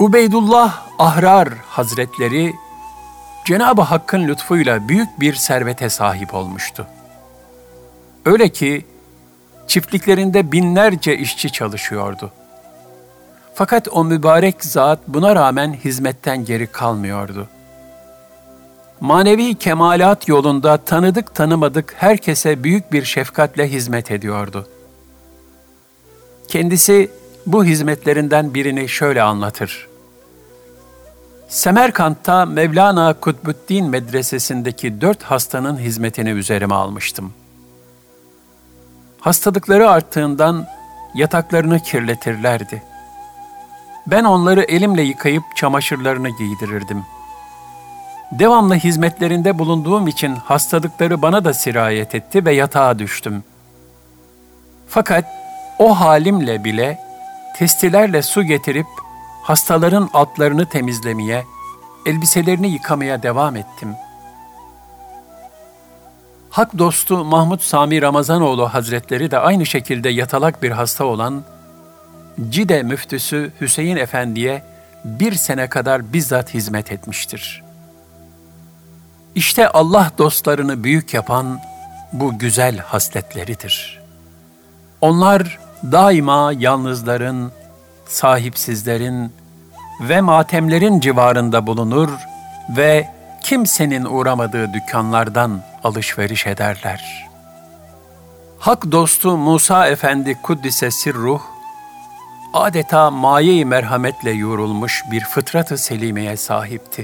Ubeydullah Ahrar Hazretleri, Cenab-ı Hakk'ın lütfuyla büyük bir servete sahip olmuştu. Öyle ki çiftliklerinde binlerce işçi çalışıyordu. Fakat o mübarek zat buna rağmen hizmetten geri kalmıyordu. Manevi kemalat yolunda tanıdık tanımadık herkese büyük bir şefkatle hizmet ediyordu. Kendisi bu hizmetlerinden birini şöyle anlatır. Semerkant'ta Mevlana Kutbuddin Medresesi'ndeki 4 hastanın hizmetini üzerime almıştım. Hastalıkları arttığından yataklarını kirletirlerdi. Ben onları elimle yıkayıp çamaşırlarını giydirirdim. Devamlı hizmetlerinde bulunduğum için hastalıkları bana da sirayet etti ve yatağa düştüm. Fakat o halimle bile testilerle su getirip hastaların altlarını temizlemeye, elbiselerini yıkamaya devam ettim. Hak dostu Mahmud Sami Ramazanoğlu Hazretleri de aynı şekilde yatalak bir hasta olan Cide müftüsü Hüseyin Efendi'ye 1 sene kadar bizzat hizmet etmiştir. İşte Allah dostlarını büyük yapan bu güzel hasletleridir. Onlar daima yalnızların, sahipsizlerin ve matemlerin civarında bulunur ve kimsenin uğramadığı dükkanlardan alışveriş ederler. Hak dostu Musa Efendi Kuddise Sirruh, adeta maye-i merhametle yoğrulmuş bir fıtrat-ı selimeye sahipti.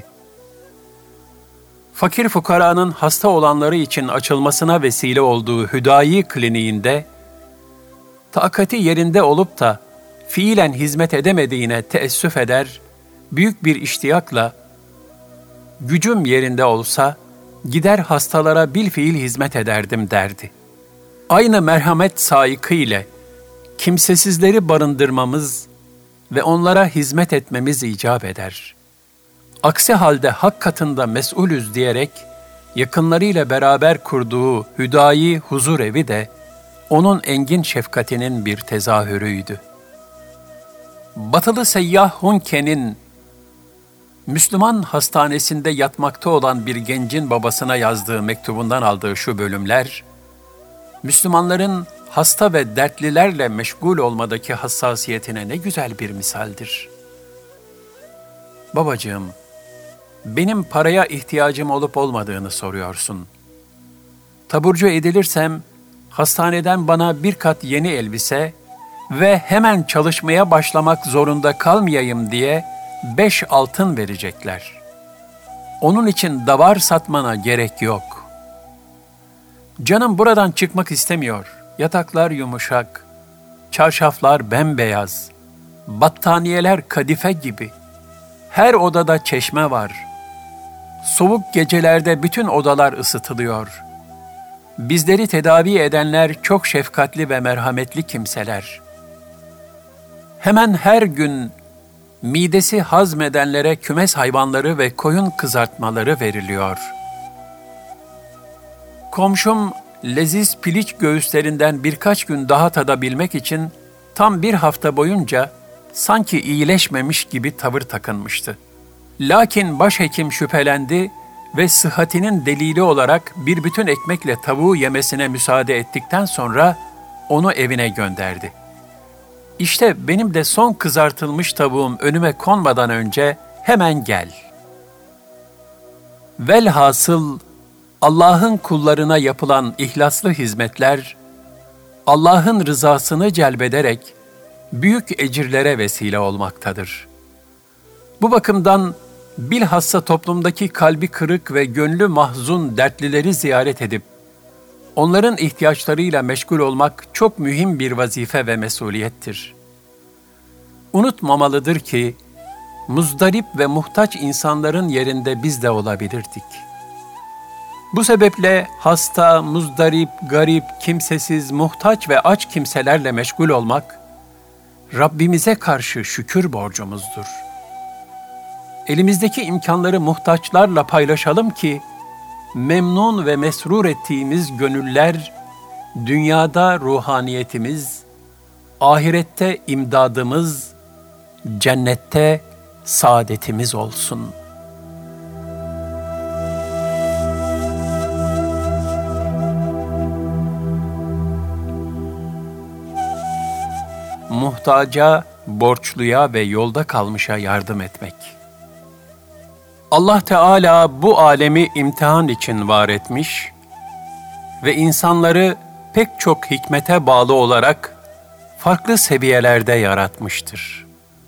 Fakir fukaranın hasta olanları için açılmasına vesile olduğu Hüdayi Kliniğinde, takati yerinde olup da fiilen hizmet edemediğine teessüf eder, büyük bir iştiyakla, gücüm yerinde olsa, gider hastalara bilfiil hizmet ederdim derdi. Aynı merhamet saikı ile kimsesizleri barındırmamız ve onlara hizmet etmemiz icap eder. Aksi halde hak katında mesulüz diyerek, yakınlarıyla beraber kurduğu Hüdayi Huzur Evi de, onun engin şefkatinin bir tezahürüydü. Batılı seyyah Hunke'nin, Müslüman hastanesinde yatmakta olan bir gencin babasına yazdığı mektubundan aldığı şu bölümler, Müslümanların hasta ve dertlilerle meşgul olmadaki hassasiyetine ne güzel bir misaldir. Babacığım, benim paraya ihtiyacım olup olmadığını soruyorsun. Taburcu edilirsem, hastaneden bana bir kat yeni elbise ve hemen çalışmaya başlamak zorunda kalmayayım diye 5 altın verecekler. Onun için davar satmana gerek yok. Canım buradan çıkmak istemiyor. Yataklar yumuşak, çarşaflar bembeyaz, battaniyeler kadife gibi. Her odada çeşme var. Soğuk gecelerde bütün odalar ısıtılıyor. Bizleri tedavi edenler çok şefkatli ve merhametli kimseler. Hemen her gün midesi hazmedenlere kümes hayvanları ve koyun kızartmaları veriliyor. Komşum leziz piliç göğüslerinden birkaç gün daha tadabilmek için tam 1 hafta boyunca sanki iyileşmemiş gibi tavır takınmıştı. Lakin başhekim şüphelendi ve sıhhatinin delili olarak bir bütün ekmekle tavuğu yemesine müsaade ettikten sonra onu evine gönderdi. İşte benim de son kızartılmış tavuğum önüme konmadan önce hemen gel. Velhasıl Allah'ın kullarına yapılan ihlaslı hizmetler, Allah'ın rızasını celbederek büyük ecirlere vesile olmaktadır. Bu bakımdan bilhassa toplumdaki kalbi kırık ve gönlü mahzun dertlileri ziyaret edip, onların ihtiyaçlarıyla meşgul olmak çok mühim bir vazife ve mesuliyettir. Unutmamalıdır ki, muzdarip ve muhtaç insanların yerinde biz de olabilirdik. Bu sebeple hasta, muzdarip, garip, kimsesiz, muhtaç ve aç kimselerle meşgul olmak, Rabbimize karşı şükür borcumuzdur. Elimizdeki imkanları muhtaçlarla paylaşalım ki, memnun ve mesrur ettiğimiz gönüller, dünyada ruhaniyetimiz, ahirette imdadımız, cennette saadetimiz olsun. Muhtaca, borçluya ve yolda kalmışa yardım etmek. Allah Teala bu alemi imtihan için var etmiş ve insanları pek çok hikmete bağlı olarak farklı seviyelerde yaratmıştır.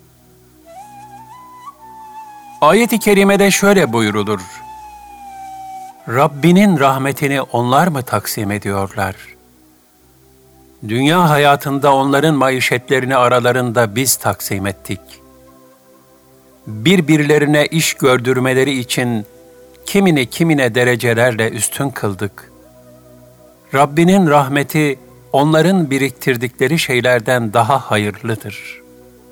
Ayet-i kerimede şöyle buyrulur: Rabbinin rahmetini onlar mı taksim ediyorlar? Dünya hayatında onların maişetlerini aralarında biz taksim ettik. Birbirlerine iş gördürmeleri için kimine derecelerle üstün kıldık. Rabbinin rahmeti onların biriktirdikleri şeylerden daha hayırlıdır.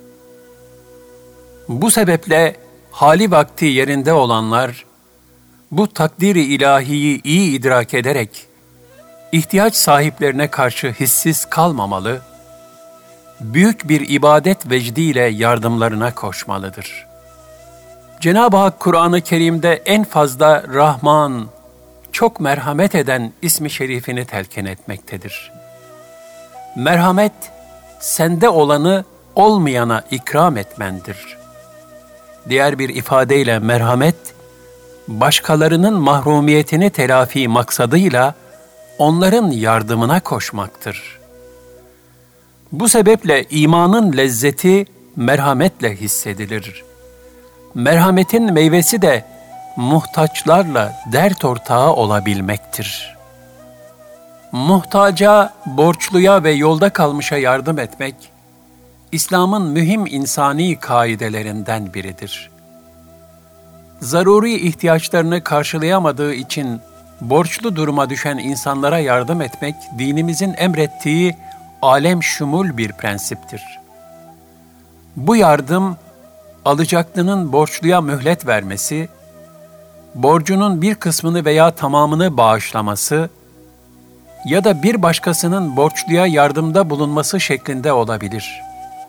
Bu sebeple hali vakti yerinde olanlar, bu takdir-i ilahiyi iyi idrak ederek, ihtiyaç sahiplerine karşı hissiz kalmamalı, büyük bir ibadet vecdiyle yardımlarına koşmalıdır. Cenab-ı Hak Kur'an-ı Kerim'de en fazla Rahman, çok merhamet eden ismi şerifini telkin etmektedir. Merhamet, sende olanı olmayana ikram etmendir. Diğer bir ifadeyle merhamet, başkalarının mahrumiyetini telafi maksadıyla onların yardımına koşmaktır. Bu sebeple imanın lezzeti merhametle hissedilir. Merhametin meyvesi de muhtaçlarla dert ortağı olabilmektir. Muhtaca, borçluya ve yolda kalmışa yardım etmek, İslam'ın mühim insani kaidelerinden biridir. Zaruri ihtiyaçlarını karşılayamadığı için borçlu duruma düşen insanlara yardım etmek, dinimizin emrettiği alem şumul bir prensiptir. Bu yardım, alacaklının borçluya mühlet vermesi, borcunun bir kısmını veya tamamını bağışlaması ya da bir başkasının borçluya yardımda bulunması şeklinde olabilir.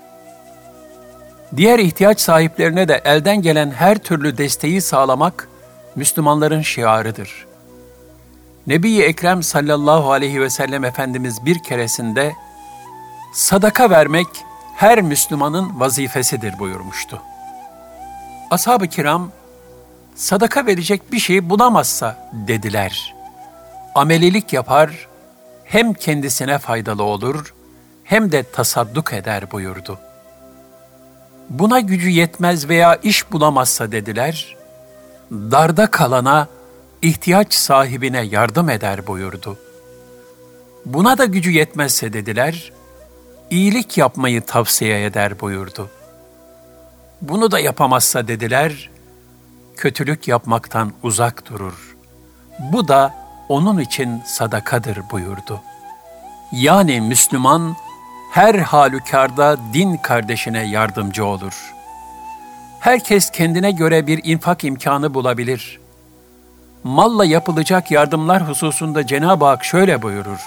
Diğer ihtiyaç sahiplerine de elden gelen her türlü desteği sağlamak Müslümanların şiarıdır. Nebi-i Ekrem sallallahu aleyhi ve sellem Efendimiz bir keresinde sadaka vermek her Müslümanın vazifesidir buyurmuştu. Ashab-ı kiram, sadaka verecek bir şey bulamazsa dediler. Amelilik yapar, hem kendisine faydalı olur, hem de tasadduk eder buyurdu. Buna gücü yetmez veya iş bulamazsa dediler, darda kalana, ihtiyaç sahibine yardım eder buyurdu. Buna da gücü yetmezse dediler, iyilik yapmayı tavsiye eder buyurdu. Bunu da yapamazsa dediler, kötülük yapmaktan uzak durur. Bu da onun için sadakadır buyurdu. Yani Müslüman, her halükarda din kardeşine yardımcı olur. Herkes kendine göre bir infak imkanı bulabilir. Malla yapılacak yardımlar hususunda Cenab-ı Hak şöyle buyurur: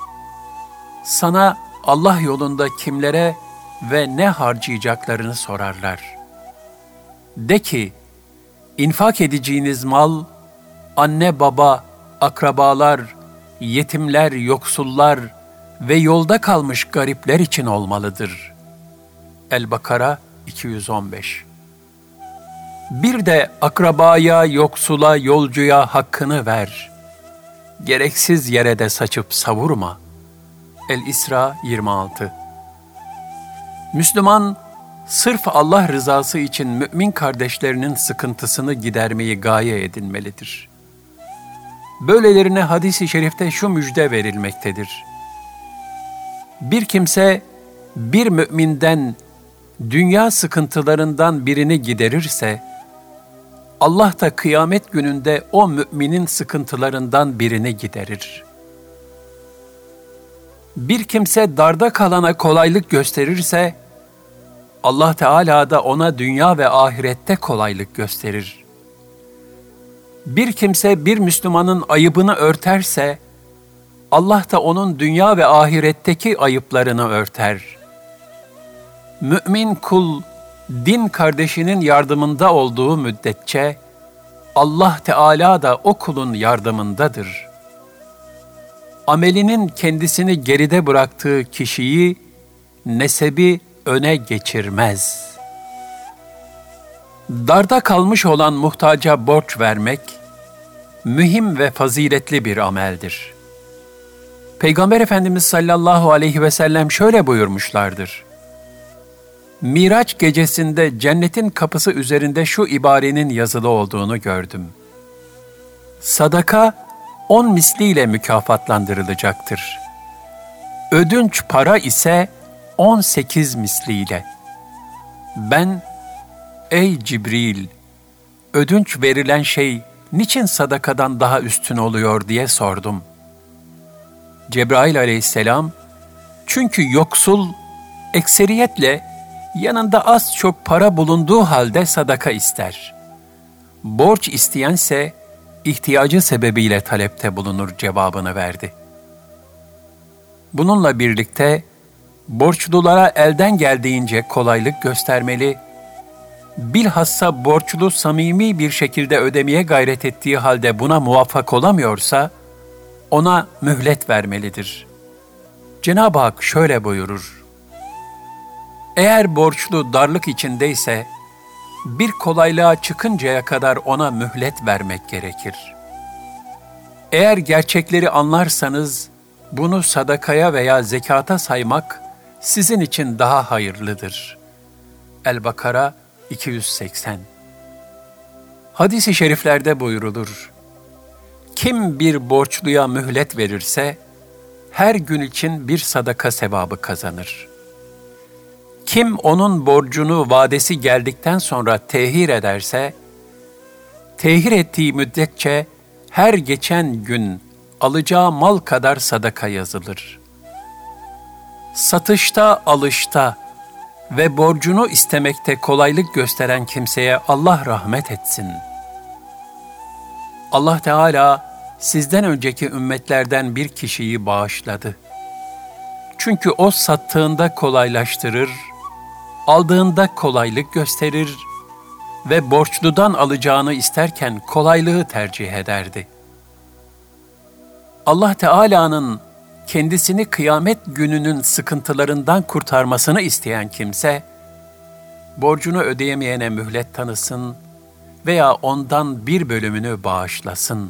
Sana Allah yolunda kimlere ve ne harcayacaklarını sorarlar. De ki, infak edeceğiniz mal, anne baba, akrabalar, yetimler, yoksullar ve yolda kalmış garipler için olmalıdır. El-Bakara 215. Bir de akrabaya, yoksula, yolcuya hakkını ver. Gereksiz yere de saçıp savurma. El-İsra 26. Müslüman, sırf Allah rızası için mümin kardeşlerinin sıkıntısını gidermeyi gaye edinmelidir. Böylelerine hadis-i şerifte şu müjde verilmektedir: Bir kimse bir müminden dünya sıkıntılarından birini giderirse, Allah da kıyamet gününde o müminin sıkıntılarından birini giderir. Bir kimse darda kalana kolaylık gösterirse, Allah Teala da ona dünya ve ahirette kolaylık gösterir. Bir kimse bir Müslümanın ayıbını örterse, Allah da onun dünya ve ahiretteki ayıplarını örter. Mümin kul, din kardeşinin yardımında olduğu müddetçe, Allah Teala da o kulun yardımındadır. Amelinin kendisini geride bıraktığı kişiyi, nesebi öne geçirmez. Darda kalmış olan muhtaca borç vermek, mühim ve faziletli bir ameldir. Peygamber Efendimiz sallallahu aleyhi ve sellem şöyle buyurmuşlardır. Miraç gecesinde cennetin kapısı üzerinde şu ibarenin yazılı olduğunu gördüm. Sadaka 10 misliyle mükafatlandırılacaktır. Ödünç para ise 18 misliyle. Ben, ey Cibril, ödünç verilen şey niçin sadakadan daha üstün oluyor diye sordum. Cebrail aleyhisselam, çünkü yoksul ekseriyetle yanında az çok para bulunduğu halde sadaka ister. Borç isteyense ihtiyacı sebebiyle talepte bulunur cevabını verdi. Bununla birlikte borçlulara elden geldiğince kolaylık göstermeli, bilhassa borçlu samimi bir şekilde ödemeye gayret ettiği halde buna muvaffak olamıyorsa, ona mühlet vermelidir. Cenab-ı Hak şöyle buyurur: eğer borçlu darlık içindeyse, bir kolaylığa çıkıncaya kadar ona mühlet vermek gerekir. Eğer gerçekleri anlarsanız, bunu sadakaya veya zekata saymak sizin için daha hayırlıdır. El-Bakara 280. Hadis-i şeriflerde buyrulur: kim bir borçluya mühlet verirse, her gün için bir sadaka sevabı kazanır. Kim onun borcunu vadesi geldikten sonra tehir ederse, tehir ettiği müddetçe her geçen gün alacağı mal kadar sadaka yazılır. Satışta, alışta ve borcunu istemekte kolaylık gösteren kimseye Allah rahmet etsin. Allah Teala sizden önceki ümmetlerden bir kişiyi bağışladı. Çünkü o sattığında kolaylaştırır, aldığında kolaylık gösterir ve borçludan alacağını isterken kolaylığı tercih ederdi. Allah Teala'nın kendisini kıyamet gününün sıkıntılarından kurtarmasını isteyen kimse, borcunu ödeyemeyene mühlet tanısın veya ondan bir bölümünü bağışlasın.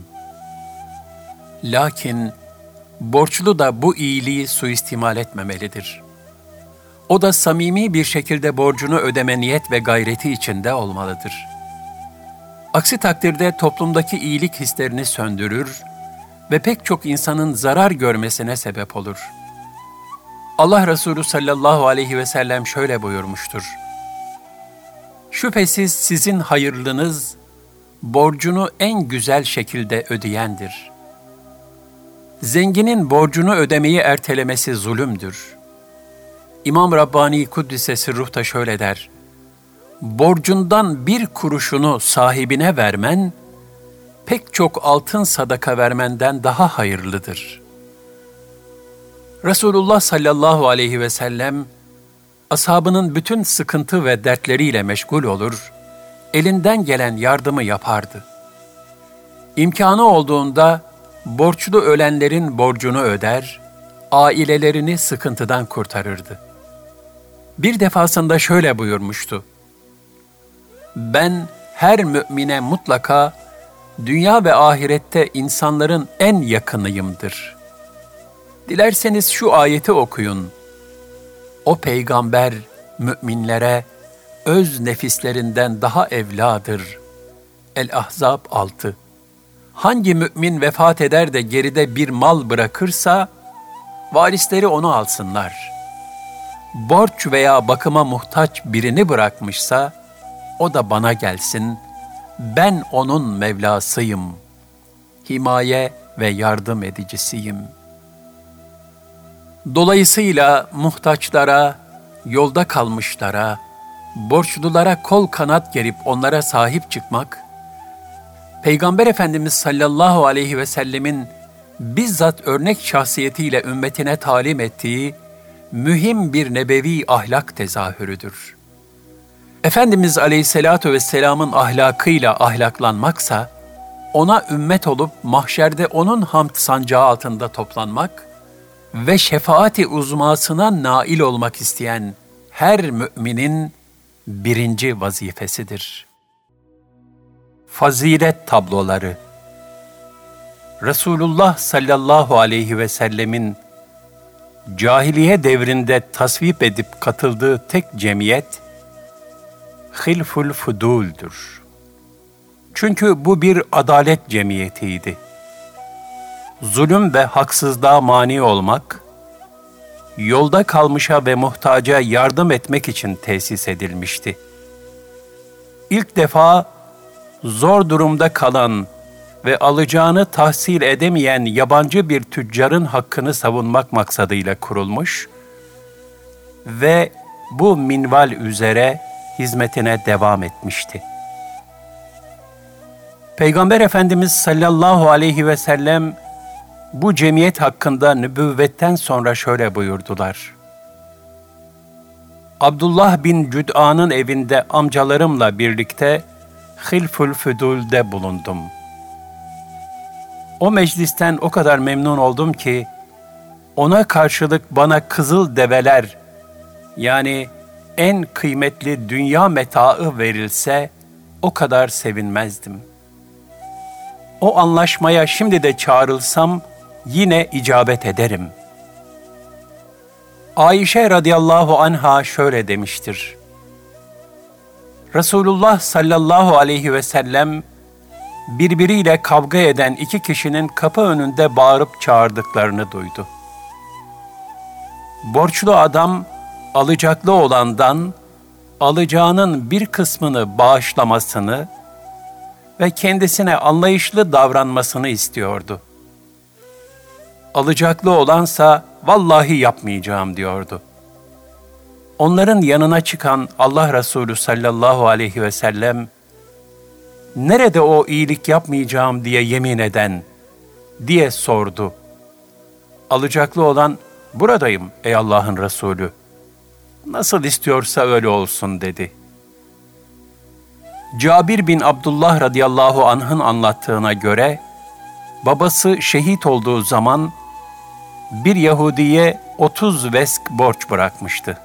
Lakin borçlu da bu iyiliği suistimal etmemelidir. O da samimi bir şekilde borcunu ödeme niyet ve gayreti içinde olmalıdır. Aksi takdirde toplumdaki iyilik hislerini söndürür ve pek çok insanın zarar görmesine sebep olur. Allah Resulü sallallahu aleyhi ve sellem şöyle buyurmuştur: şüphesiz sizin hayırlınız, borcunu en güzel şekilde ödeyendir. Zenginin borcunu ödemeyi ertelemesi zulümdür. İmam Rabbani Kuddisesi Ruh da şöyle der: borcundan bir kuruşunu sahibine vermen, pek çok altın sadaka vermenden daha hayırlıdır. Resulullah sallallahu aleyhi ve sellem, ashabının bütün sıkıntı ve dertleriyle meşgul olur, elinden gelen yardımı yapardı. İmkanı olduğunda, borçlu ölenlerin borcunu öder, ailelerini sıkıntıdan kurtarırdı. Bir defasında şöyle buyurmuştu: ben her mümine mutlaka dünya ve ahirette insanların en yakınıyımdır. Dilerseniz şu ayeti okuyun. O peygamber müminlere öz nefislerinden evladır evladır. El-Ahzab 6. Hangi mümin vefat eder de geride bir mal bırakırsa, varisleri onu alsınlar. Borç veya bakıma muhtaç birini bırakmışsa, o da bana gelsin, ben onun Mevlasıyım, himaye ve yardım edicisiyim. Dolayısıyla muhtaçlara, yolda kalmışlara, borçlulara kol kanat gerip onlara sahip çıkmak, Peygamber Efendimiz sallallahu aleyhi ve sellemin bizzat örnek şahsiyetiyle ümmetine talim ettiği mühim bir nebevi ahlak tezahürüdür. Efendimiz Aleyhisselatü Vesselam'ın ahlakıyla ahlaklanmaksa, ona ümmet olup mahşerde onun hamd sancağı altında toplanmak ve şefaati uzmasına nail olmak isteyen her müminin birinci vazifesidir. Fazilet tabloları. Resulullah sallallahu aleyhi ve sellemin cahiliye devrinde tasvip edip katıldığı tek cemiyet, Hilful Fudul'dur. Çünkü bu bir adalet cemiyetiydi. Zulüm ve haksızlığa mani olmak, yolda kalmışa ve muhtaca yardım etmek için tesis edilmişti. İlk defa zor durumda kalan ve alacağını tahsil edemeyen yabancı bir tüccarın hakkını savunmak maksadıyla kurulmuş ve bu minval üzere hizmetine devam etmişti. Peygamber Efendimiz sallallahu aleyhi ve sellem bu cemiyet hakkında nübüvvetten sonra şöyle buyurdular: Abdullah bin Cüd'an'ın evinde amcalarımla birlikte Hilful Fudul'de bulundum. O meclisten o kadar memnun oldum ki, ona karşılık bana kızıl develer, yani en kıymetli dünya metaı verilse, o kadar sevinmezdim. O anlaşmaya şimdi de çağrılsam, yine icabet ederim. Ayşe radıyallahu anha şöyle demiştir: Resulullah sallallahu aleyhi ve sellem, birbiriyle kavga eden iki kişinin kapı önünde bağırıp çağırdıklarını duydu. Borçlu adam, alacaklı olandan, alacağının bir kısmını bağışlamasını ve kendisine anlayışlı davranmasını istiyordu. Alacaklı olansa, vallahi yapmayacağım diyordu. Onların yanına çıkan Allah Resulü sallallahu aleyhi ve sellem, nerede o iyilik yapmayacağım diye yemin eden diye sordu. Alacaklı olan, buradayım ey Allah'ın Resulü, nasıl istiyorsa öyle olsun dedi. Cabir bin Abdullah radıyallahu anh'ın anlattığına göre, babası şehit olduğu zaman bir Yahudiye 30 vesk borç bırakmıştı.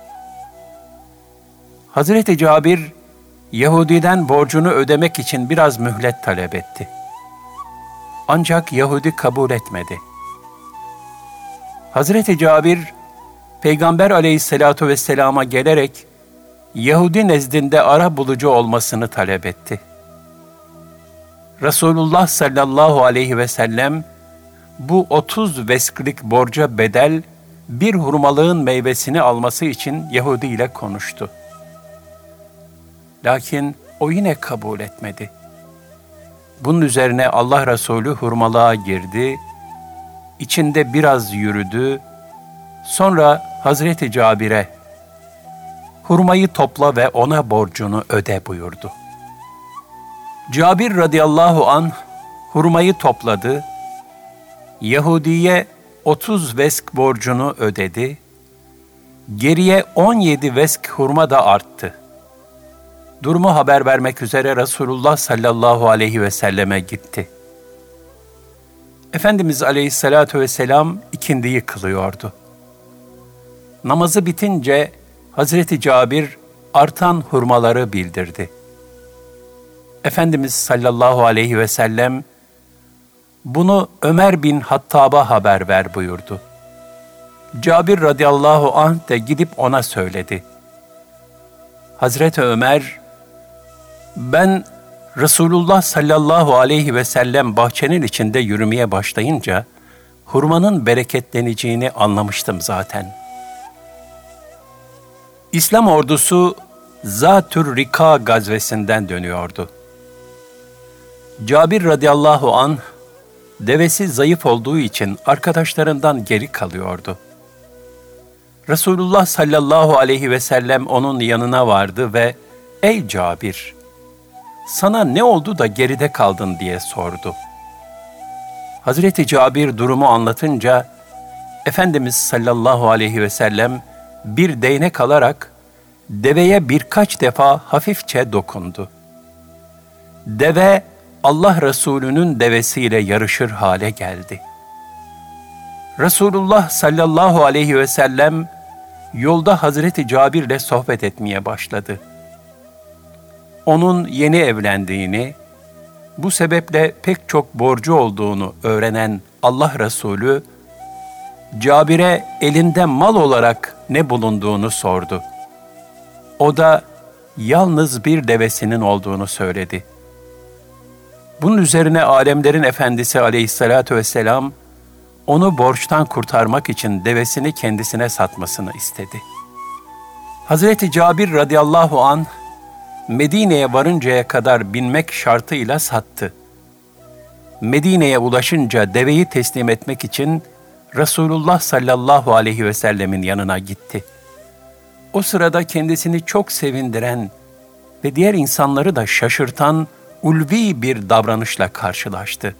Hazreti Cabir, Yahudiden borcunu ödemek için biraz mühlet talep etti. Ancak Yahudi kabul etmedi. Hazreti Cabir, Peygamber aleyhissalatu vesselama gelerek, Yahudi nezdinde arabulucu olmasını talep etti. Resulullah sallallahu aleyhi ve sellem, bu 30 vesklik borca bedel, bir hurmalığın meyvesini alması için Yahudi ile konuştu. Lakin o yine kabul etmedi. Bunun üzerine Allah Resulü hurmalığa girdi, içinde biraz yürüdü, sonra Hazreti Cabir'e, hurmayı topla ve ona borcunu öde buyurdu. Cabir radıyallahu anh hurmayı topladı, Yahudiye 30 vesk borcunu ödedi, geriye 17 vesk hurma da arttı. Durumu haber vermek üzere Resulullah sallallahu aleyhi ve selleme gitti. Efendimiz aleyhissalatu vesselam ikindiyi kılıyordu. Namazı bitince Hazreti Cabir artan hurmaları bildirdi. Efendimiz sallallahu aleyhi ve sellem, bunu Ömer bin Hattab'a haber ver buyurdu. Cabir radıyallahu anh de gidip ona söyledi. Hazreti Ömer, ben Resulullah sallallahu aleyhi ve sellem bahçenin içinde yürümeye başlayınca, hurmanın bereketleneceğini anlamıştım zaten. İslam ordusu Zatür Rika gazvesinden dönüyordu. Cabir radıyallahu anh, devesi zayıf olduğu için arkadaşlarından geri kalıyordu. Resulullah sallallahu aleyhi ve sellem onun yanına vardı ve "Ey Cabir, sana ne oldu da geride kaldın?" diye sordu. Hazreti Cabir durumu anlatınca, Efendimiz sallallahu aleyhi ve sellem bir değnek alarak deveye birkaç defa hafifçe dokundu. Deve, Allah Resulü'nün devesiyle yarışır hale geldi. Resulullah sallallahu aleyhi ve sellem yolda Hazreti Cabir'le sohbet etmeye başladı. Onun yeni evlendiğini, bu sebeple pek çok borcu olduğunu öğrenen Allah Resulü, Cabir'e elinde mal olarak ne bulunduğunu sordu. O da yalnız bir devesinin olduğunu söyledi. Bunun üzerine alemlerin efendisi aleyhissalatu vesselam, onu borçtan kurtarmak için devesini kendisine satmasını istedi. Hazreti Cabir radıyallahu anh, Medine'ye varıncaya kadar binmek şartıyla sattı. Medine'ye ulaşınca deveyi teslim etmek için Resulullah sallallahu aleyhi ve sellemin yanına gitti. O sırada kendisini çok sevindiren ve diğer insanları da şaşırtan ulvi bir davranışla karşılaştı.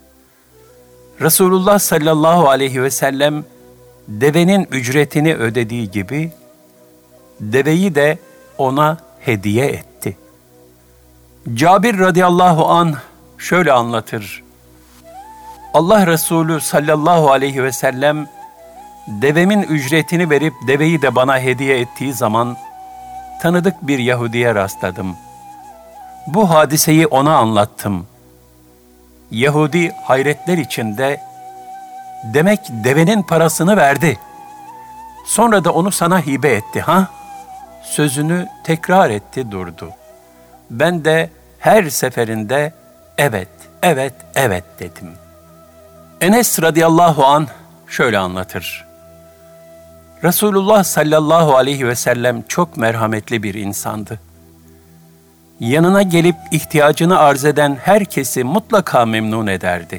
Resulullah sallallahu aleyhi ve sellem devenin ücretini ödediği gibi deveyi de ona hediye etti. Cabir radıyallahu anh şöyle anlatır. Allah Resulü sallallahu aleyhi ve sellem devemin ücretini verip deveyi de bana hediye ettiği zaman tanıdık bir Yahudiye rastladım. Bu hadiseyi ona anlattım. Yahudi hayretler içinde, demek devenin parasını verdi. Sonra da onu sana hibe etti ha? Sözünü tekrar etti durdu. Ben de her seferinde evet, evet, evet dedim. Enes radıyallahu anh şöyle anlatır. Resulullah sallallahu aleyhi ve sellem çok merhametli bir insandı. Yanına gelip ihtiyacını arz eden herkesi mutlaka memnun ederdi.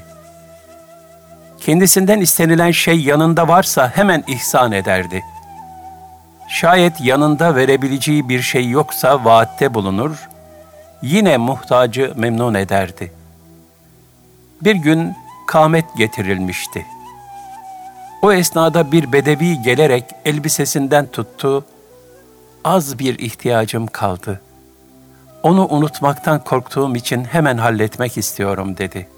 Kendisinden istenilen şey yanında varsa hemen ihsan ederdi. Şayet yanında verebileceği bir şey yoksa vaatte bulunur, yine muhtacı memnun ederdi. Bir gün kâmet getirilmişti. O esnada bir bedevi gelerek elbisesinden tuttu, az bir ihtiyacım kaldı. Onu unutmaktan korktuğum için hemen halletmek istiyorum dedi.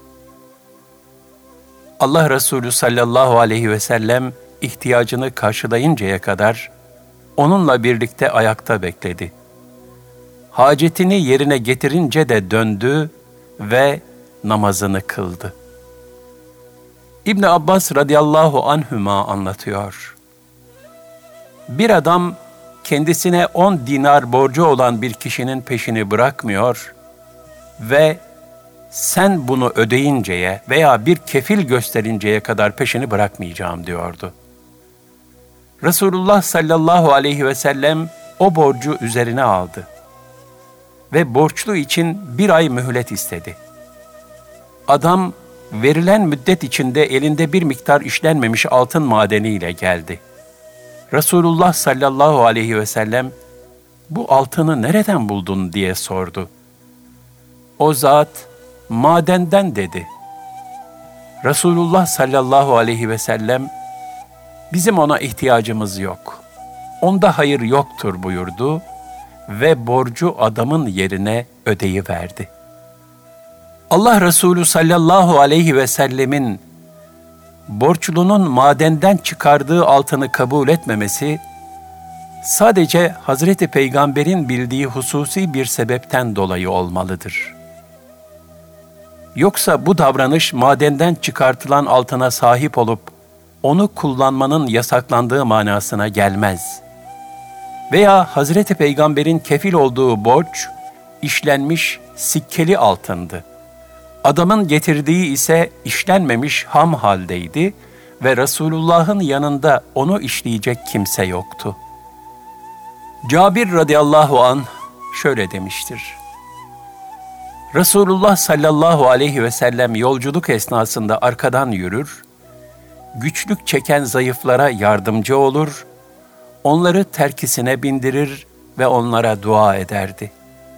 Allah Resulü sallallahu aleyhi ve sellem ihtiyacını karşılayıncaya kadar onunla birlikte ayakta bekledi. Hacetini yerine getirince de döndü ve namazını kıldı. İbn Abbas radıyallahu anhüma anlatıyor. Bir adam kendisine 10 dinar borcu olan bir kişinin peşini bırakmıyor ve sen bunu ödeyinceye veya bir kefil gösterinceye kadar peşini bırakmayacağım diyordu. Resulullah sallallahu aleyhi ve sellem o borcu üzerine aldı ve borçlu için 1 ay mühlet istedi. Adam verilen müddet içinde elinde bir miktar işlenmemiş altın madeniyle geldi. Resulullah sallallahu aleyhi ve sellem, bu altını nereden buldun diye sordu. O zat, madenden dedi. Resulullah sallallahu aleyhi ve sellem, bizim ona ihtiyacımız yok. Onda hayır yoktur buyurdu ve borcu adamın yerine ödeyiverdi. Allah Resulü sallallahu aleyhi ve sellemin borçlunun madenden çıkardığı altını kabul etmemesi, sadece Hazreti Peygamber'in bildiği hususi bir sebepten dolayı olmalıdır. Yoksa bu davranış madenden çıkartılan altına sahip olup, onu kullanmanın yasaklandığı manasına gelmez. Veya Hazreti Peygamber'in kefil olduğu borç, işlenmiş sikkeli altındı. Adamın getirdiği ise işlenmemiş ham haldeydi ve Resulullah'ın yanında onu işleyecek kimse yoktu. Cabir radıyallahu anh şöyle demiştir. Resulullah sallallahu aleyhi ve sellem yolculuk esnasında arkadan yürür, güçlük çeken zayıflara yardımcı olur, onları terkisine bindirir ve onlara dua ederdi.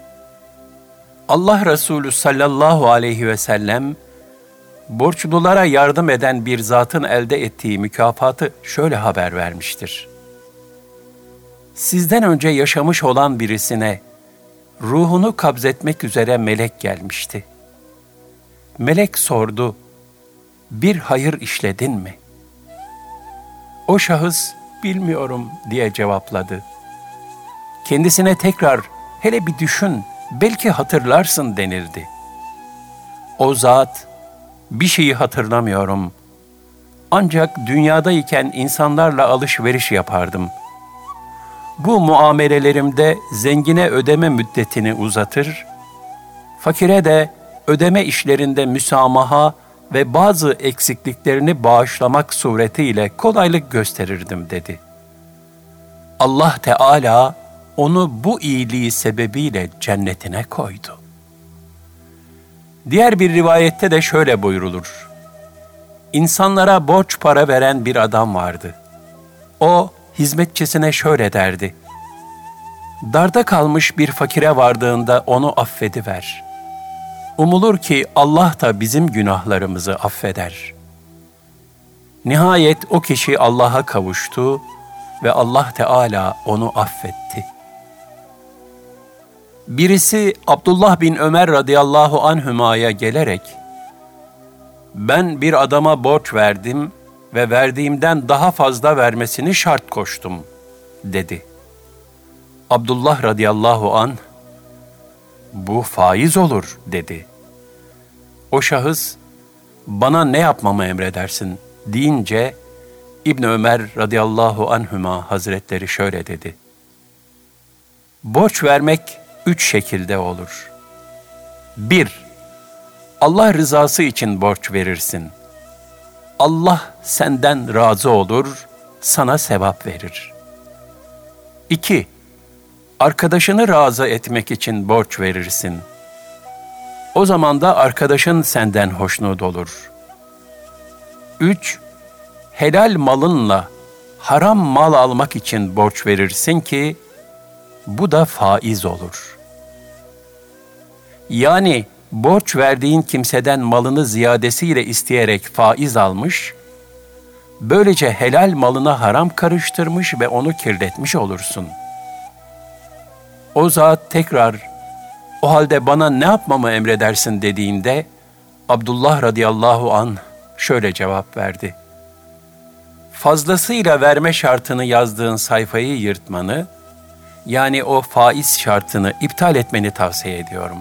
Allah Resulü sallallahu aleyhi ve sellem, borçlulara yardım eden bir zatın elde ettiği mükafatı şöyle haber vermiştir. sizden önce yaşamış olan birisine ruhunu kabzetmek üzere melek gelmişti. Melek sordu, bir hayır işledin mi? O şahıs, bilmiyorum diye cevapladı. Kendisine tekrar, hele bir düşün, belki hatırlarsın denildi. O zat, bir şeyi hatırlamıyorum. Ancak dünyadayken insanlarla alışveriş yapardım. Bu muamelelerimde zengine ödeme müddetini uzatır, fakire de ödeme işlerinde müsamaha ve bazı eksikliklerini bağışlamak suretiyle kolaylık gösterirdim dedi. Allah Teala onu bu iyiliği sebebiyle cennetine koydu. Diğer bir rivayette de şöyle buyrulur. İnsanlara borç para veren bir adam vardı. O hizmetçisine şöyle derdi. Darda kalmış bir fakire vardığında onu affediver. Umulur ki Allah da bizim günahlarımızı affeder. Nihayet o kişi Allah'a kavuştu ve Allah Teala onu affetti. Birisi Abdullah bin Ömer radıyallahu anhüma'ya gelerek, ben bir adama borç verdim ve verdiğimden daha fazla vermesini şart koştum, dedi. Abdullah radıyallahu anh, bu faiz olur, dedi. O şahıs, bana ne yapmamı emredersin, deyince, İbn Ömer radıyallahu anhüma hazretleri şöyle dedi. Borç vermek 3 şekilde olur. 1. Allah rızası için borç verirsin. Allah senden razı olur, sana sevap verir. 2. Arkadaşını razı etmek için borç verirsin. O zaman da arkadaşın senden hoşnut olur. 3. Helal malınla haram mal almak için borç verirsin ki, bu da faiz olur. Yani borç verdiğin kimseden malını ziyadesiyle isteyerek faiz almış, böylece helal malına haram karıştırmış ve onu kirletmiş olursun. O zat tekrar, o halde bana ne yapmamı emredersin dediğinde, Abdullah radıyallahu anh şöyle cevap verdi. Fazlasıyla verme şartını yazdığın sayfayı yırtmanı, yani o faiz şartını iptal etmeni tavsiye ediyorum.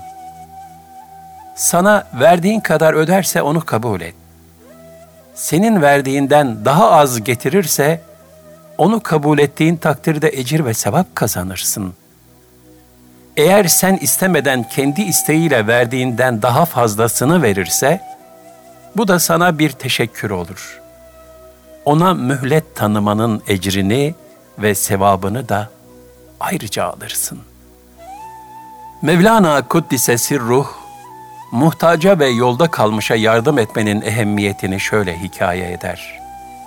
Sana verdiğin kadar öderse onu kabul et. Senin verdiğinden daha az getirirse, onu kabul ettiğin takdirde ecir ve sevap kazanırsın. Eğer sen istemeden kendi isteğiyle verdiğinden daha fazlasını verirse, bu da sana bir teşekkür olur. Ona mühlet tanımanın ecrini ve sevabını da ayrıca alırsın. Mevlana Kuddise Sirruh, muhtaca ve yolda kalmışa yardım etmenin ehemmiyetini şöyle hikaye eder.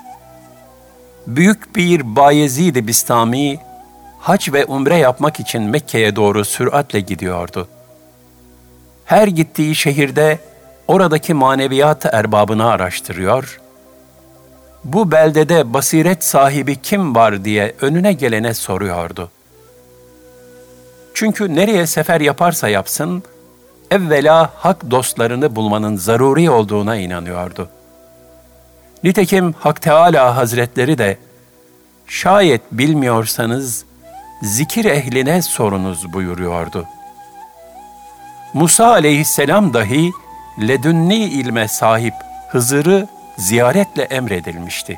Büyük Pir Bayezid-i Bistami, hac ve umre yapmak için Mekke'ye doğru süratle gidiyordu. Her gittiği şehirde oradaki maneviyat erbabını araştırıyor, bu beldede basiret sahibi kim var diye önüne gelene soruyordu. Çünkü nereye sefer yaparsa yapsın, evvela hak dostlarını bulmanın zaruri olduğuna inanıyordu. Nitekim Hak Teâlâ Hazretleri de, şayet bilmiyorsanız, zikir ehline sorunuz buyuruyordu. Musa aleyhisselam dahi, ledünni ilme sahip Hızır'ı ziyaretle emredilmişti.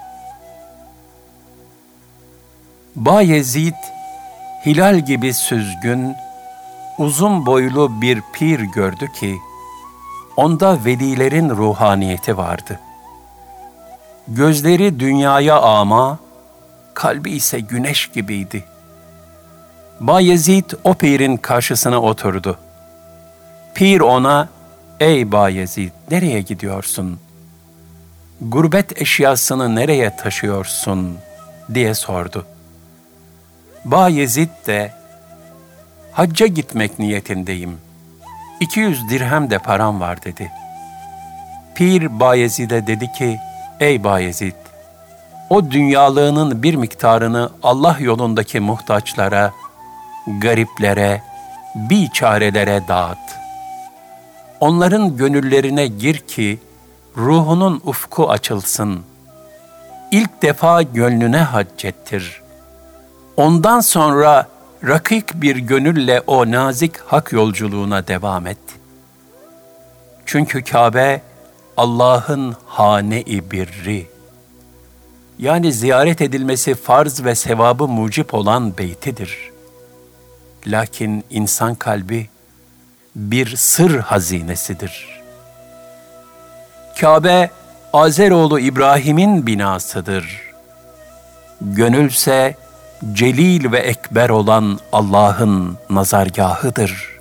Bayezid, hilal gibi süzgün, uzun boylu bir pir gördü ki, onda velilerin ruhaniyeti vardı. Gözleri dünyaya ama, kalbi ise güneş gibiydi. Bayezid o pirin karşısına oturdu. Pir ona, ey Bayezid, nereye gidiyorsun? Gurbet eşyasını nereye taşıyorsun? Diye sordu. Bayezid de, hacca gitmek niyetindeyim. 200 dirhem de param var dedi. Pir Bayezid'e dedi ki, ey Bayezid, o dünyalığının bir miktarını Allah yolundaki muhtaçlara, gariplere, biçarelere dağıt. Onların gönüllerine gir ki ruhunun ufku açılsın. İlk defa gönlüne haccettir. Ondan sonra rakik bir gönülle o nazik hak yolculuğuna devam et. Çünkü Kabe Allah'ın hane-i birri, yani ziyaret edilmesi farz ve sevabı mucip olan beytidir. Lakin insan kalbi bir sır hazinesidir. Kabe, Azeroğlu İbrahim'in binasıdır. Gönülse celil ve ekber olan Allah'ın nazargahıdır.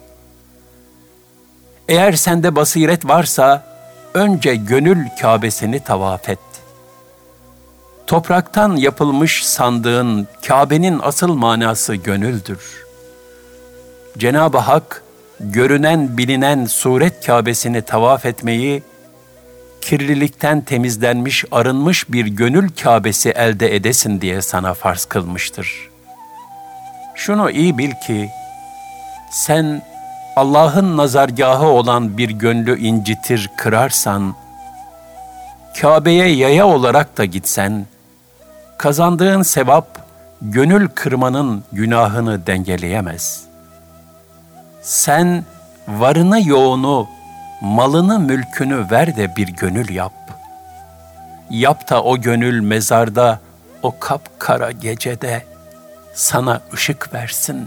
Eğer sende basiret varsa, önce gönül Kâbesini tavaf et. Topraktan yapılmış sandığın Kâbe'nin asıl manası gönüldür. Cenab-ı Hak, görünen bilinen suret Kâbesini tavaf etmeyi, kirlilikten temizlenmiş, arınmış bir gönül Kâbesi elde edesin diye sana farz kılmıştır. Şunu iyi bil ki, sen Allah'ın nazargahı olan bir gönlü incitir, kırarsan, Kâbe'ye yaya olarak da gitsen, kazandığın sevap, gönül kırmanın günahını dengeleyemez. Sen varını yoğunu, malını mülkünü ver de bir gönül yap. Yap da o gönül mezarda, o kapkara gecede sana ışık versin.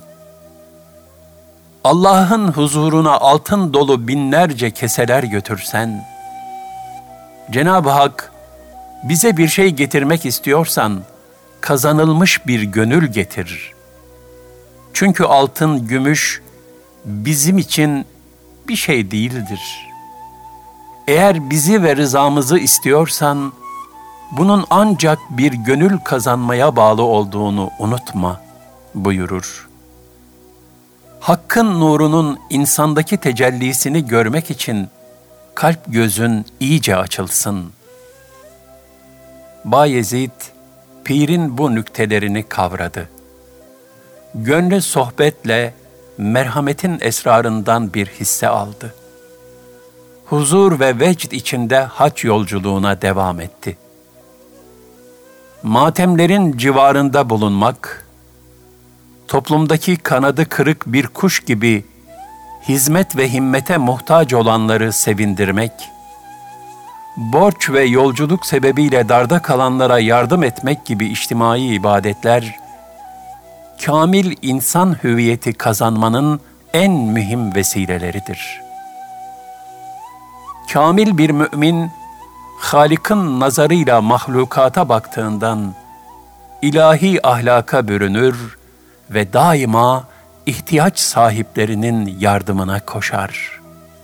Allah'ın huzuruna altın dolu binlerce keseler götürsen, Cenab-ı Hak bize bir şey getirmek istiyorsan, kazanılmış bir gönül getir. Çünkü altın, gümüş bizim için bir şey değildir. Eğer bizi ve rızamızı istiyorsan, bunun ancak bir gönül kazanmaya bağlı olduğunu unutma buyurur. Hakkın nurunun insandaki tecellisini görmek için kalp gözün iyice açılsın. Bayezid, pirin bu nüktelerini kavradı. Gönlü sohbetle, merhametin esrarından bir hisse aldı. Huzur ve vecd içinde hac yolculuğuna devam etti. Matemlerin civarında bulunmak, toplumdaki kanadı kırık bir kuş gibi hizmet ve himmete muhtaç olanları sevindirmek, borç ve yolculuk sebebiyle darda kalanlara yardım etmek gibi içtimai ibadetler, kamil insan hüviyeti kazanmanın en mühim vesileleridir. Kamil bir mümin, Halik'in nazarıyla mahlukata baktığından, ilahi ahlaka bürünür ve daima ihtiyaç sahiplerinin yardımına koşar.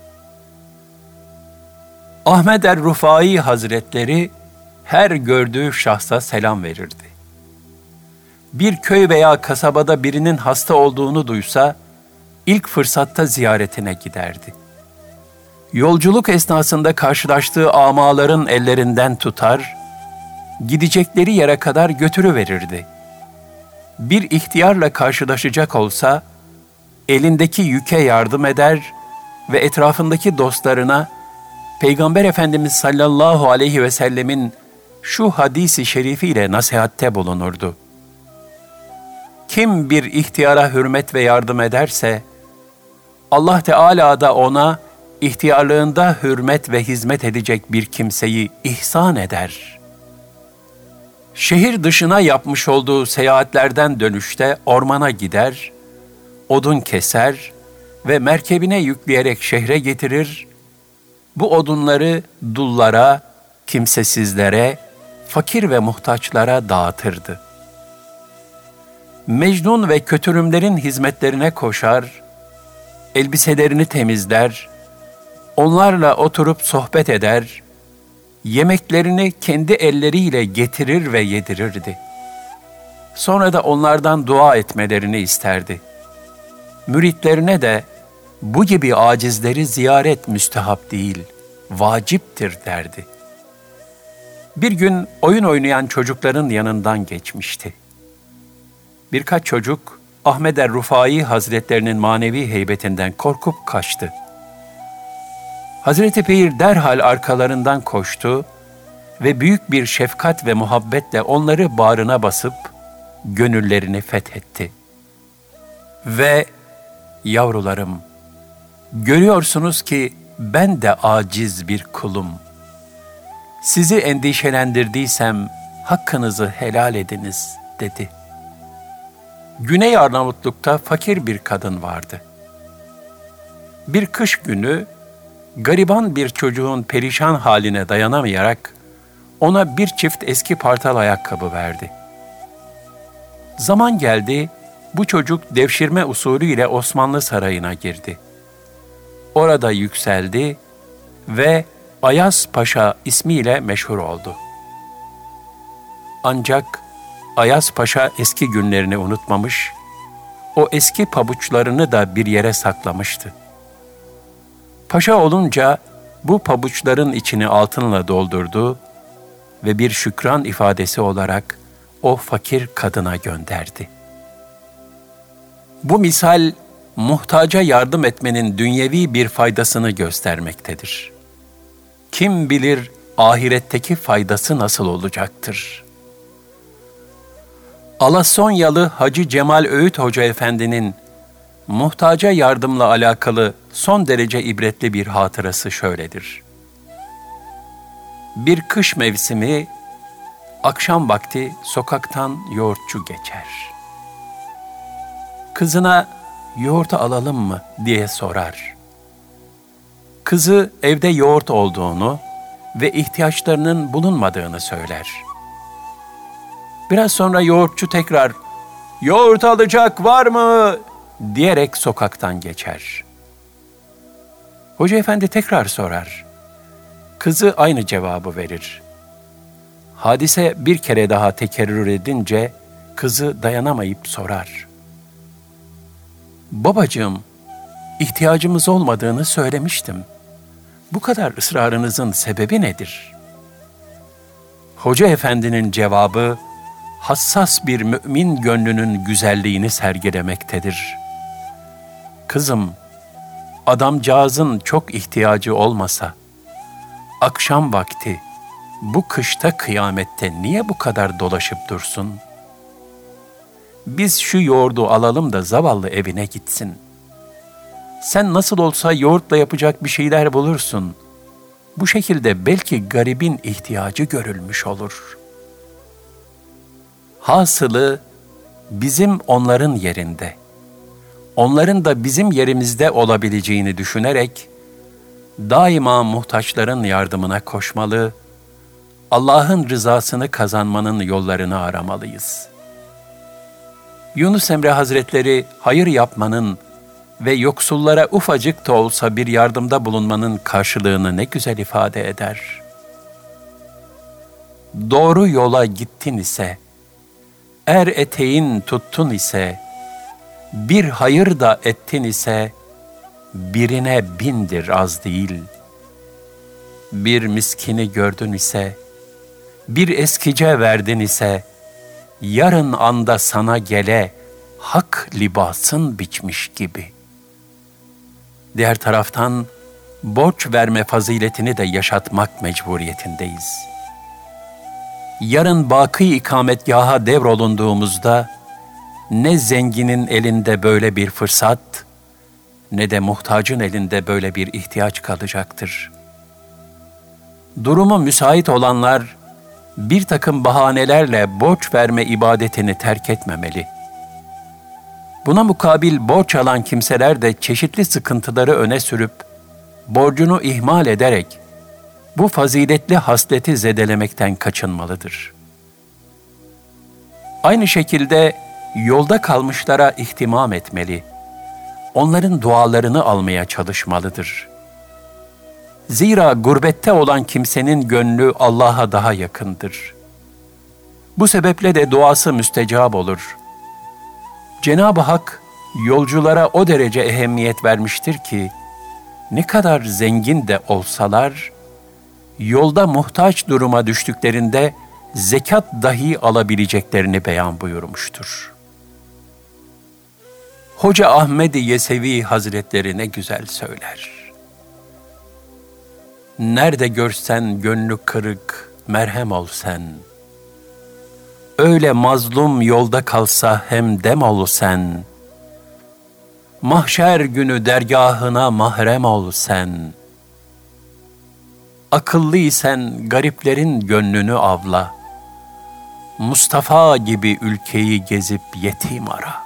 Ahmed er-Rufai Hazretleri her gördüğü şahsa selam verirdi. Bir köy veya kasabada birinin hasta olduğunu duysa, ilk fırsatta ziyaretine giderdi. Yolculuk esnasında karşılaştığı amaların ellerinden tutar, gidecekleri yere kadar götürüverirdi. Bir ihtiyarla karşılaşacak olsa, elindeki yüke yardım eder ve etrafındaki dostlarına, Peygamber Efendimiz sallallahu aleyhi ve sellemin şu hadisi şerifiyle nasihatte bulunurdu. Kim bir ihtiyara hürmet ve yardım ederse, Allah Teala da ona ihtiyarlığında hürmet ve hizmet edecek bir kimseyi ihsan eder. Şehir dışına yapmış olduğu seyahatlerden dönüşte ormana gider, odun keser ve merkebine yükleyerek şehre getirir, bu odunları dullara, kimsesizlere, fakir ve muhtaçlara dağıtırdı. Mecnun ve kötürümlerin hizmetlerine koşar, elbiselerini temizler, onlarla oturup sohbet eder, yemeklerini kendi elleriyle getirir ve yedirirdi. Sonra da onlardan dua etmelerini isterdi. Müritlerine de bu gibi acizleri ziyaret müstehap değil, vaciptir derdi. Bir gün oyun oynayan çocukların yanından geçmişti. Birkaç çocuk Ahmed er-Rufai Hazretlerinin manevi heybetinden korkup kaçtı. Hazreti Pir derhal arkalarından koştu ve büyük bir şefkat ve muhabbetle onları bağrına basıp gönüllerini fethetti. Ve yavrularım, görüyorsunuz ki ben de aciz bir kulum. Sizi endişelendirdiysem hakkınızı helal ediniz dedi. Güney Arnavutluk'ta fakir bir kadın vardı. Bir kış günü gariban bir çocuğun perişan haline dayanamayarak ona bir çift eski partal ayakkabı verdi. Zaman geldi, bu çocuk devşirme usulüyle Osmanlı Sarayı'na girdi. Orada yükseldi ve Ayaz Paşa ismiyle meşhur oldu. Ancak Ayaz Paşa eski günlerini unutmamış, o eski pabuçlarını da bir yere saklamıştı. Paşa olunca bu pabuçların içini altınla doldurdu ve bir şükran ifadesi olarak o fakir kadına gönderdi. Bu misal, muhtaca yardım etmenin dünyevi bir faydasını göstermektedir. Kim bilir ahiretteki faydası nasıl olacaktır? Alasonyalı Hacı Cemal Öğüt Hoca Efendi'nin muhtaca yardımla alakalı son derece ibretli bir hatırası şöyledir. Bir kış mevsimi, akşam vakti sokaktan yoğurtçu geçer. Kızına yoğurt alalım mı diye sorar. Kızı evde yoğurt olduğunu ve ihtiyaçlarının bulunmadığını söyler. Biraz sonra yoğurtçu tekrar "Yoğurt alacak var mı?" diyerek sokaktan geçer. Hoca efendi tekrar sorar. Kızı aynı cevabı verir. Hadise bir kere daha tekerrür edince kızı dayanamayıp sorar. "Babacığım, ihtiyacımız olmadığını söylemiştim. Bu kadar ısrarınızın sebebi nedir?" Hoca efendinin cevabı, hassas bir mümin gönlünün güzelliğini sergilemektedir. "Kızım, adamcağızın çok ihtiyacı olmasa, akşam vakti, bu kışta kıyamette niye bu kadar dolaşıp dursun? Biz şu yoğurdu alalım da zavallı evine gitsin. Sen nasıl olsa yoğurtla yapacak bir şeyler bulursun. Bu şekilde belki garibin ihtiyacı görülmüş olur." Hasılı, bizim onların yerinde, onların da bizim yerimizde olabileceğini düşünerek, daima muhtaçların yardımına koşmalı, Allah'ın rızasını kazanmanın yollarını aramalıyız. Yunus Emre Hazretleri, hayır yapmanın ve yoksullara ufacık da olsa bir yardımda bulunmanın karşılığını ne güzel ifade eder. Doğru yola gittin ise, er eteğin tuttun ise, bir hayır da ettin ise, birine bindir az değil. Bir miskini gördün ise, bir eskice verdin ise, yarın anda sana gele, hak libasın biçmiş gibi. Diğer taraftan, borç verme faziletini de yaşatmak mecburiyetindeyiz. Yarın baki ikametgaha devrolunduğumuzda, ne zenginin elinde böyle bir fırsat, ne de muhtacın elinde böyle bir ihtiyaç kalacaktır. Durumu müsait olanlar, bir takım bahanelerle borç verme ibadetini terk etmemeli. Buna mukabil borç alan kimseler de çeşitli sıkıntıları öne sürüp, borcunu ihmal ederek, bu faziletli hasleti zedelemekten kaçınmalıdır. Aynı şekilde yolda kalmışlara ihtimam etmeli, onların dualarını almaya çalışmalıdır. Zira gurbette olan kimsenin gönlü Allah'a daha yakındır. Bu sebeple de duası müstecab olur. Cenab-ı Hak yolculara o derece ehemmiyet vermiştir ki, ne kadar zengin de olsalar, yolda muhtaç duruma düştüklerinde zekat dahi alabileceklerini beyan buyurmuştur. Hoca Ahmed-i Yesevi Hazretleri ne güzel söyler. Nerede görsen gönlü kırık, merhem ol sen. Öyle mazlum yolda kalsa hem dem ol sen. Mahşer günü dergahına mahrem ol sen. Akıllıysen gariplerin gönlünü avla. Mustafa gibi ülkeyi gezip yetim ara.